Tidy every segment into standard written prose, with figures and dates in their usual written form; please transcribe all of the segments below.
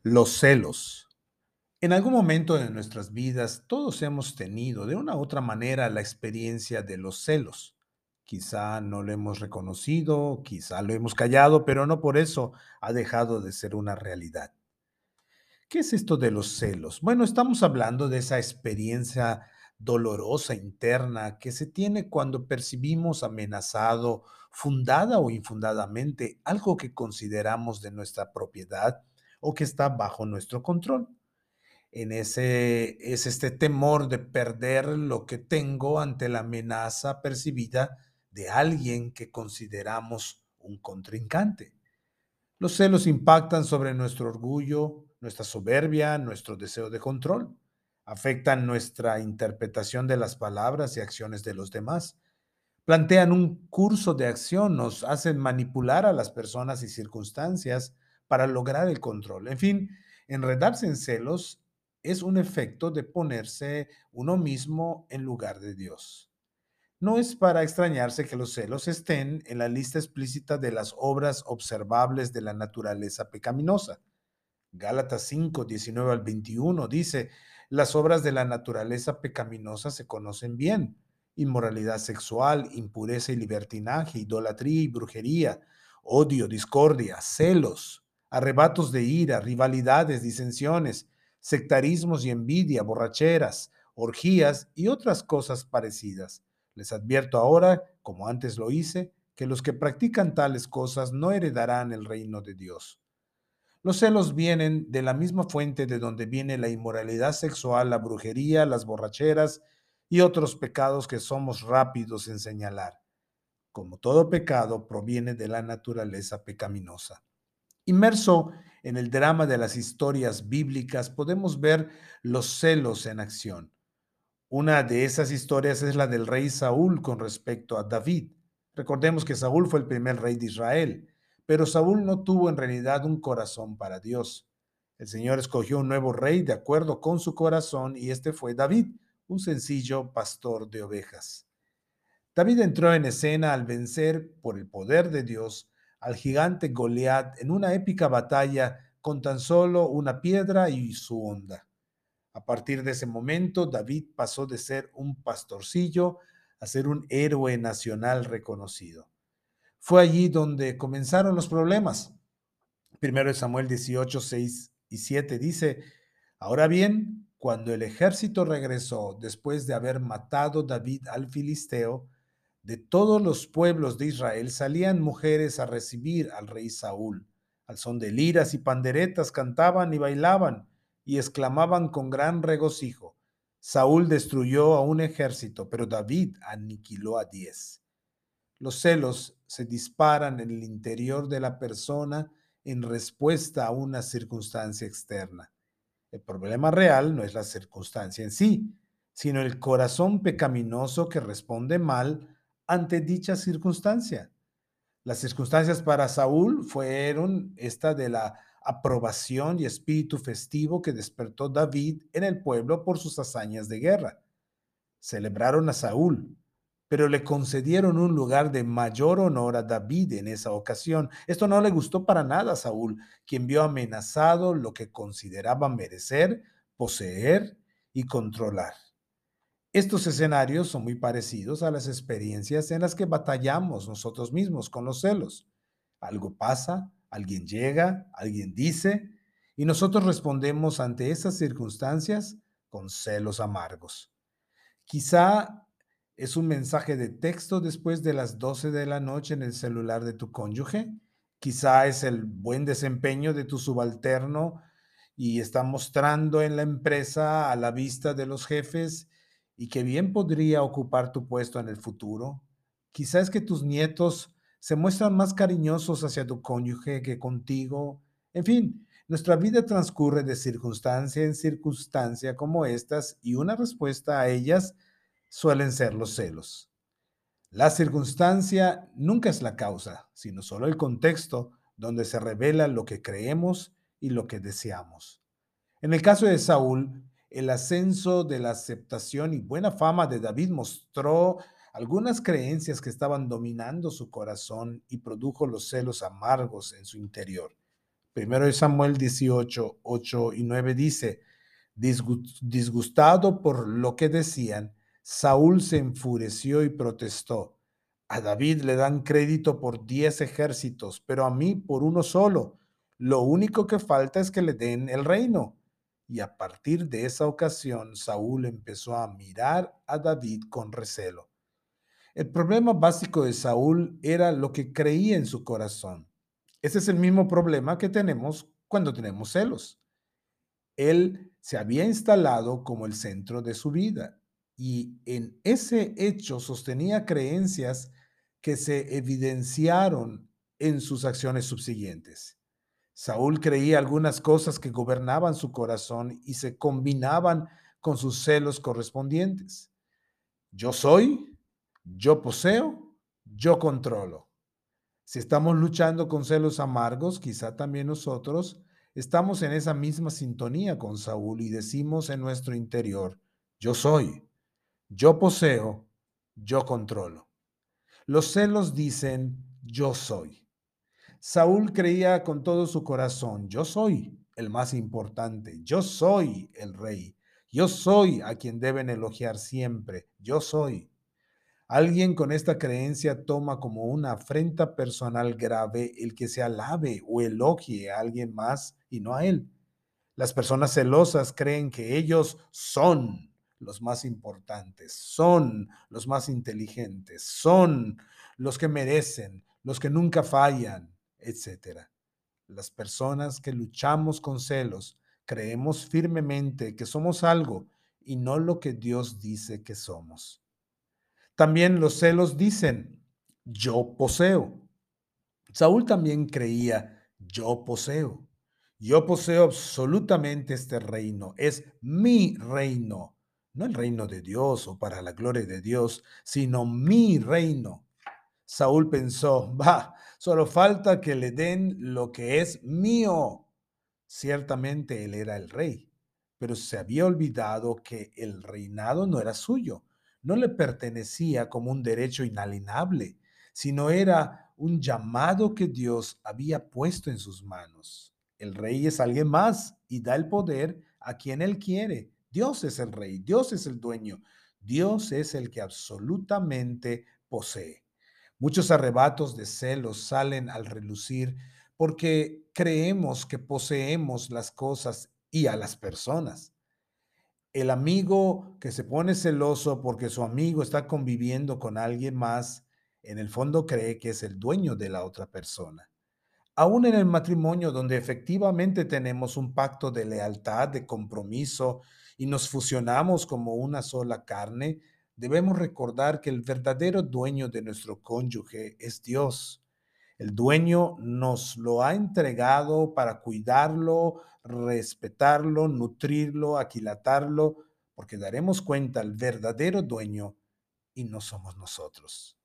Los celos. En algún momento de nuestras vidas, todos hemos tenido de una u otra manera la experiencia de los celos. Quizá no lo hemos reconocido, quizá lo hemos callado, pero no por eso ha dejado de ser una realidad. ¿Qué es esto de los celos? Bueno, estamos hablando de esa experiencia dolorosa interna que se tiene cuando percibimos amenazado, fundada o infundadamente, algo que consideramos de nuestra propiedad o que está bajo nuestro control. Es este temor de perder lo que tengo ante la amenaza percibida de alguien que consideramos un contrincante. Los celos impactan sobre nuestro orgullo, nuestra soberbia, nuestro deseo de control. Afectan nuestra interpretación de las palabras y acciones de los demás. Plantean un curso de acción, nos hacen manipular a las personas y circunstancias para lograr el control. En fin, enredarse en celos es un efecto de ponerse uno mismo en lugar de Dios. No es para extrañarse que los celos estén en la lista explícita de las obras observables de la naturaleza pecaminosa. Gálatas 5, 19 al 21 dice, las obras de la naturaleza pecaminosa se conocen bien: inmoralidad sexual, impureza y libertinaje, idolatría y brujería, odio, discordia, celos, arrebatos de ira, rivalidades, disensiones, sectarismos y envidia, borracheras, orgías y otras cosas parecidas. Les advierto ahora, como antes lo hice, que los que practican tales cosas no heredarán el reino de Dios. Los celos vienen de la misma fuente de donde viene la inmoralidad sexual, la brujería, las borracheras y otros pecados que somos rápidos en señalar. Como todo pecado, proviene de la naturaleza pecaminosa. Inmerso en el drama de las historias bíblicas, podemos ver los celos en acción. Una de esas historias es la del rey Saúl con respecto a David. Recordemos que Saúl fue el primer rey de Israel, pero Saúl no tuvo en realidad un corazón para Dios. El Señor escogió un nuevo rey de acuerdo con su corazón y este fue David, un sencillo pastor de ovejas. David entró en escena al vencer, por el poder de Dios, al gigante Goliat en una épica batalla con tan solo una piedra y su honda. A partir de ese momento, David pasó de ser un pastorcillo a ser un héroe nacional reconocido. Fue allí donde comenzaron los problemas. Primero de Samuel 18, 6 y 7 dice, ahora bien, cuando el ejército regresó después de haber matado David al filisteo, de todos los pueblos de Israel salían mujeres a recibir al rey Saúl. Al son de liras y panderetas cantaban y bailaban y exclamaban con gran regocijo. Saúl destruyó a un ejército, pero David aniquiló a 10. Los celos se disparan en el interior de la persona en respuesta a una circunstancia externa. El problema real no es la circunstancia en sí, sino el corazón pecaminoso que responde mal ante dicha circunstancia. Las circunstancias para Saúl fueron esta de la aprobación y espíritu festivo que despertó David en el pueblo por sus hazañas de guerra. Celebraron a Saúl, pero le concedieron un lugar de mayor honor a David en esa ocasión. Esto no le gustó para nada a Saúl, quien vio amenazado lo que consideraba merecer, poseer y controlar. Estos escenarios son muy parecidos a las experiencias en las que batallamos nosotros mismos con los celos. Algo pasa, alguien llega, alguien dice, y nosotros respondemos ante esas circunstancias con celos amargos. Quizá es un mensaje de texto después de las 12 de la noche en el celular de tu cónyuge. Quizá es el buen desempeño de tu subalterno y está mostrando en la empresa a la vista de los jefes y que bien podría ocupar tu puesto en el futuro. Quizá es que tus nietos se muestran más cariñosos hacia tu cónyuge que contigo. En fin, nuestra vida transcurre de circunstancia en circunstancia como estas y una respuesta a ellas suelen ser los celos. La circunstancia nunca es la causa, sino solo el contexto donde se revela lo que creemos y lo que deseamos. En el caso de Saúl, el ascenso de la aceptación y buena fama de David mostró algunas creencias que estaban dominando su corazón y produjo los celos amargos en su interior. Primero de Samuel 18, 8 y 9 dice, Disgustado por lo que decían, Saúl se enfureció y protestó. A David le dan crédito por 10 ejércitos, pero a mí por uno solo. Lo único que falta es que le den el reino. Y a partir de esa ocasión, Saúl empezó a mirar a David con recelo. El problema básico de Saúl era lo que creía en su corazón. Ese es el mismo problema que tenemos cuando tenemos celos. Él se había instalado como el centro de su vida y en ese hecho sostenía creencias que se evidenciaron en sus acciones subsiguientes. Saúl creía algunas cosas que gobernaban su corazón y se combinaban con sus celos correspondientes. Yo soy, yo poseo, yo controlo. Si estamos luchando con celos amargos, quizá también nosotros estamos en esa misma sintonía con Saúl y decimos en nuestro interior, yo soy, yo poseo, yo controlo. Los celos dicen, yo soy. Saúl creía con todo su corazón, yo soy el más importante, yo soy el rey, yo soy a quien deben elogiar siempre, yo soy. Alguien con esta creencia toma como una afrenta personal grave el que se alabe o elogie a alguien más y no a él. Las personas celosas creen que ellos son los más importantes, son los más inteligentes, son los que merecen, los que nunca fallan, etcétera. Las personas que luchamos con celos creemos firmemente que somos algo y no lo que Dios dice que somos. También los celos dicen, yo poseo. Saúl también creía, yo poseo absolutamente este reino, es mi reino, no el reino de Dios o para la gloria de Dios, sino mi reino. Saúl pensó, va, solo falta que le den lo que es mío. Ciertamente él era el rey, pero se había olvidado que el reinado no era suyo, no le pertenecía como un derecho inalienable, sino era un llamado que Dios había puesto en sus manos. El rey es alguien más y da el poder a quien él quiere. Dios es el rey, Dios es el dueño, Dios es el que absolutamente posee. Muchos arrebatos de celos salen al relucir porque creemos que poseemos las cosas y a las personas. El amigo que se pone celoso porque su amigo está conviviendo con alguien más, en el fondo cree que es el dueño de la otra persona. Aún en el matrimonio, donde efectivamente tenemos un pacto de lealtad, de compromiso y nos fusionamos como una sola carne, debemos recordar que el verdadero dueño de nuestro cónyuge es Dios. El dueño nos lo ha entregado para cuidarlo, respetarlo, nutrirlo, aquilatarlo, porque daremos cuenta al verdadero dueño y no somos nosotros.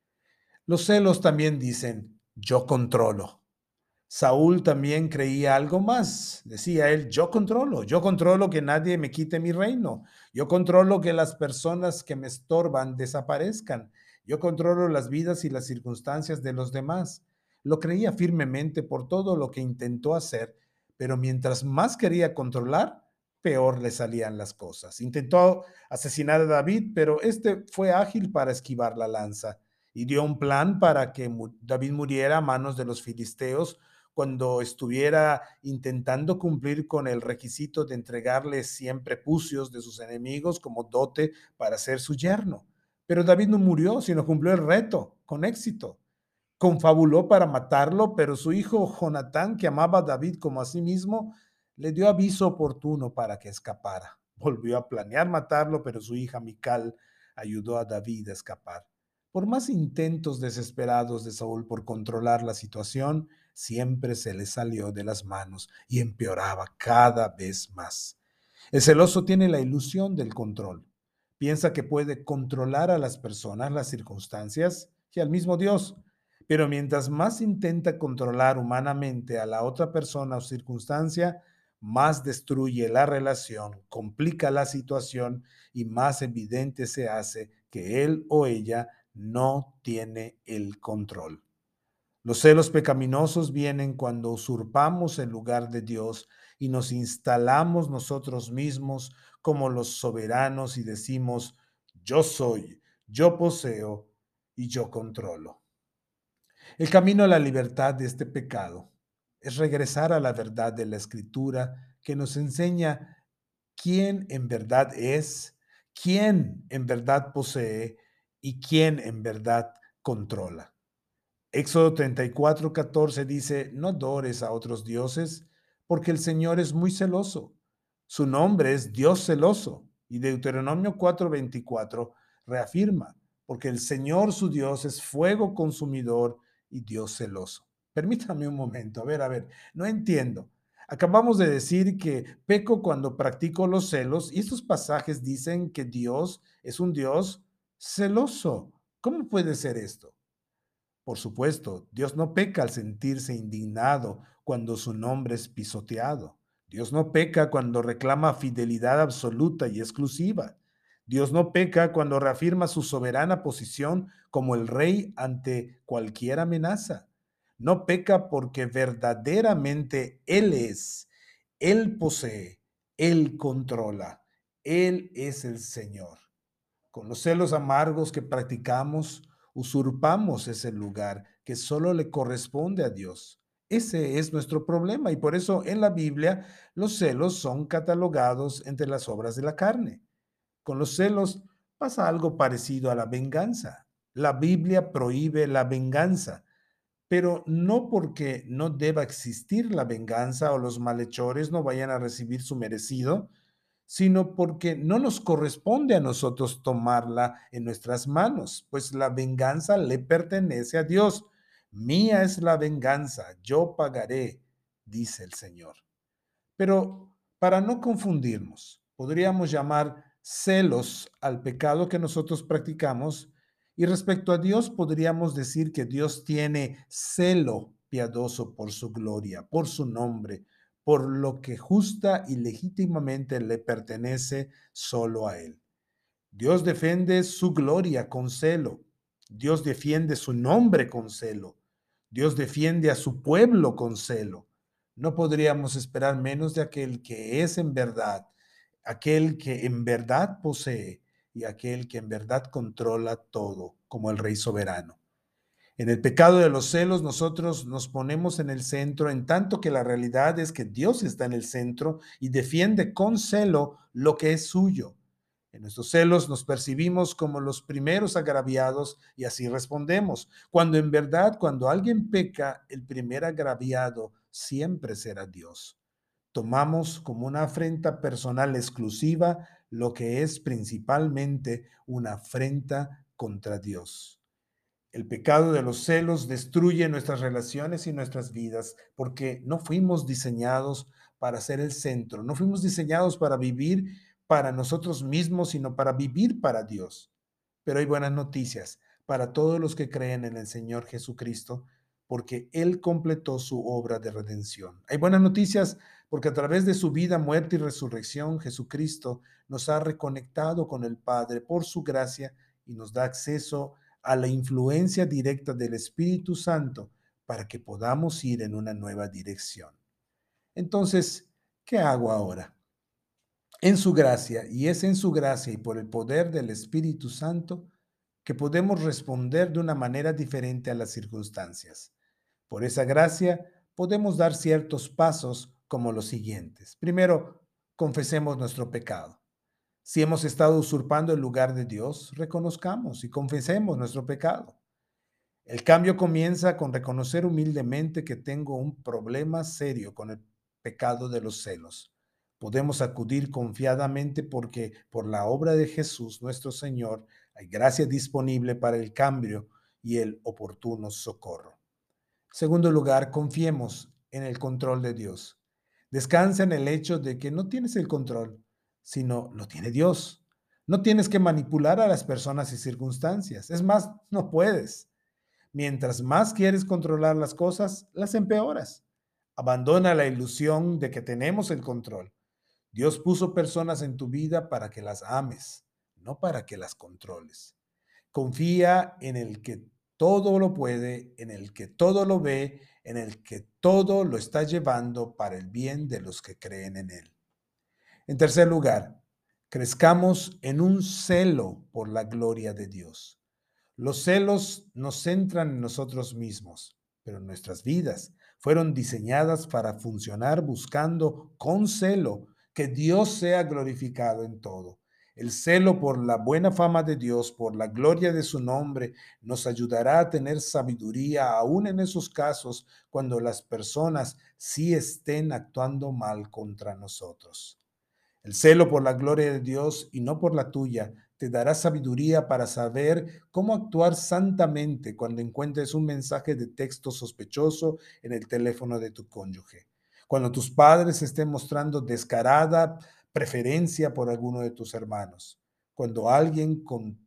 Los celos también dicen, yo controlo. Saúl también creía algo más. Decía él, yo controlo que nadie me quite mi reino. Yo controlo que las personas que me estorban desaparezcan. Yo controlo las vidas y las circunstancias de los demás. Lo creía firmemente por todo lo que intentó hacer, pero mientras más quería controlar, peor le salían las cosas. Intentó asesinar a David, pero este fue ágil para esquivar la lanza y dio un plan para que David muriera a manos de los filisteos cuando estuviera intentando cumplir con el requisito de entregarle 100 prepucios de sus enemigos como dote para ser su yerno. Pero David no murió, sino cumplió el reto con éxito. Confabuló para matarlo, pero su hijo Jonatán, que amaba a David como a sí mismo, le dio aviso oportuno para que escapara. Volvió a planear matarlo, pero su hija Mical ayudó a David a escapar. Por más intentos desesperados de Saúl por controlar la situación, siempre se le salió de las manos y empeoraba cada vez más. El celoso tiene la ilusión del control. Piensa que puede controlar a las personas, las circunstancias y al mismo Dios. Pero mientras más intenta controlar humanamente a la otra persona o circunstancia, más destruye la relación, complica la situación y más evidente se hace que él o ella no tiene el control. Los celos pecaminosos vienen cuando usurpamos el lugar de Dios y nos instalamos nosotros mismos como los soberanos y decimos, yo soy, yo poseo y yo controlo. El camino a la libertad de este pecado es regresar a la verdad de la Escritura que nos enseña quién en verdad es, quién en verdad posee y quién en verdad controla. Éxodo 34:14 dice, no adores a otros dioses, porque el Señor es muy celoso. Su nombre es Dios celoso. Y Deuteronomio 4:24 reafirma, porque el Señor su Dios es fuego consumidor y Dios celoso. Permítame un momento, a ver, no entiendo. Acabamos de decir que peco cuando practico los celos y estos pasajes dicen que Dios es un Dios celoso. ¿Cómo puede ser esto? Por supuesto, Dios no peca al sentirse indignado cuando su nombre es pisoteado. Dios no peca cuando reclama fidelidad absoluta y exclusiva. Dios no peca cuando reafirma su soberana posición como el rey ante cualquier amenaza. No peca porque verdaderamente Él es, Él posee, Él controla, Él es el Señor. Con los celos amargos que practicamos, usurpamos ese lugar que solo le corresponde a Dios. Ese es nuestro problema y por eso en la Biblia los celos son catalogados entre las obras de la carne. Con los celos pasa algo parecido a la venganza. La Biblia prohíbe la venganza, pero no porque no deba existir la venganza o los malhechores no vayan a recibir su merecido, sino porque no nos corresponde a nosotros tomarla en nuestras manos, pues la venganza le pertenece a Dios. Mía es la venganza, yo pagaré, dice el Señor. Pero para no confundirnos, podríamos llamar celos al pecado que nosotros practicamos y respecto a Dios podríamos decir que Dios tiene celo piadoso por su gloria, por su nombre, por lo que justa y legítimamente le pertenece solo a Él. Dios defiende su gloria con celo. Dios defiende su nombre con celo. Dios defiende a su pueblo con celo. No podríamos esperar menos de aquel que es en verdad, aquel que en verdad posee y aquel que en verdad controla todo, como el Rey soberano. En el pecado de los celos nosotros nos ponemos en el centro, en tanto que la realidad es que Dios está en el centro y defiende con celo lo que es suyo. En nuestros celos nos percibimos como los primeros agraviados y así respondemos, cuando en verdad, cuando alguien peca, el primer agraviado siempre será Dios. Tomamos como una afrenta personal exclusiva lo que es principalmente una afrenta contra Dios. El pecado de los celos destruye nuestras relaciones y nuestras vidas porque no fuimos diseñados para ser el centro, no fuimos diseñados para vivir para nosotros mismos, sino para vivir para Dios. Pero hay buenas noticias para todos los que creen en el Señor Jesucristo, porque Él completó su obra de redención. Hay buenas noticias porque a través de su vida, muerte y resurrección, Jesucristo nos ha reconectado con el Padre por su gracia y nos da acceso a la influencia directa del Espíritu Santo para que podamos ir en una nueva dirección. Entonces, ¿qué hago ahora? En su gracia, y es en su gracia y por el poder del Espíritu Santo que podemos responder de una manera diferente a las circunstancias. Por esa gracia podemos dar ciertos pasos como los siguientes. Primero, confesemos nuestro pecado. Si hemos estado usurpando el lugar de Dios, reconozcamos y confesemos nuestro pecado. El cambio comienza con reconocer humildemente que tengo un problema serio con el pecado de los celos. Podemos acudir confiadamente porque por la obra de Jesús nuestro Señor hay gracia disponible para el cambio y el oportuno socorro. Segundo lugar, confiemos en el control de Dios. Descansa en el hecho de que no tienes el control, sino lo tiene Dios. No tienes que manipular a las personas y circunstancias. Es más, no puedes. Mientras más quieres controlar las cosas, las empeoras. Abandona la ilusión de que tenemos el control. Dios puso personas en tu vida para que las ames, no para que las controles. Confía en el que todo lo puede, en el que todo lo ve, en el que todo lo está llevando para el bien de los que creen en Él. En tercer lugar, crezcamos en un celo por la gloria de Dios. Los celos nos centran en nosotros mismos, pero nuestras vidas fueron diseñadas para funcionar buscando con celo que Dios sea glorificado en todo. El celo por la buena fama de Dios, por la gloria de su nombre, nos ayudará a tener sabiduría aún en esos casos cuando las personas sí estén actuando mal contra nosotros. El celo por la gloria de Dios y no por la tuya te dará sabiduría para saber cómo actuar santamente cuando encuentres un mensaje de texto sospechoso en el teléfono de tu cónyuge. Cuando tus padres estén mostrando descarada preferencia por alguno de tus hermanos. Cuando alguien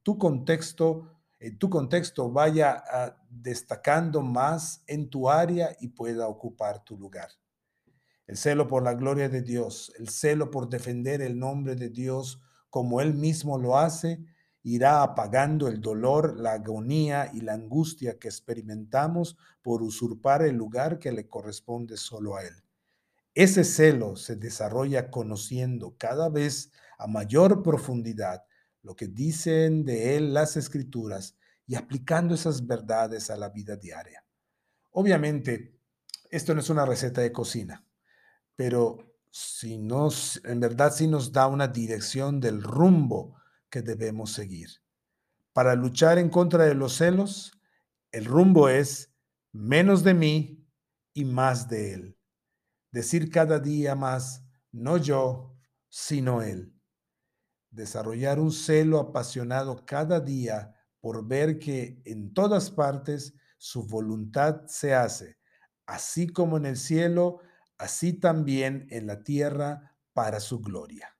en tu contexto vaya destacando más en tu área y pueda ocupar tu lugar. El celo por la gloria de Dios, el celo por defender el nombre de Dios como Él mismo lo hace, irá apagando el dolor, la agonía y la angustia que experimentamos por usurpar el lugar que le corresponde solo a Él. Ese celo se desarrolla conociendo cada vez a mayor profundidad lo que dicen de Él las Escrituras y aplicando esas verdades a la vida diaria. Obviamente, esto no es una receta de cocina, pero si nos, en verdad sí nos da una dirección del rumbo que debemos seguir. Para luchar en contra de los celos, el rumbo es menos de mí y más de Él. Decir cada día más, no yo, sino Él. Desarrollar un celo apasionado cada día por ver que en todas partes su voluntad se hace, así como en el cielo, así también en la tierra para su gloria.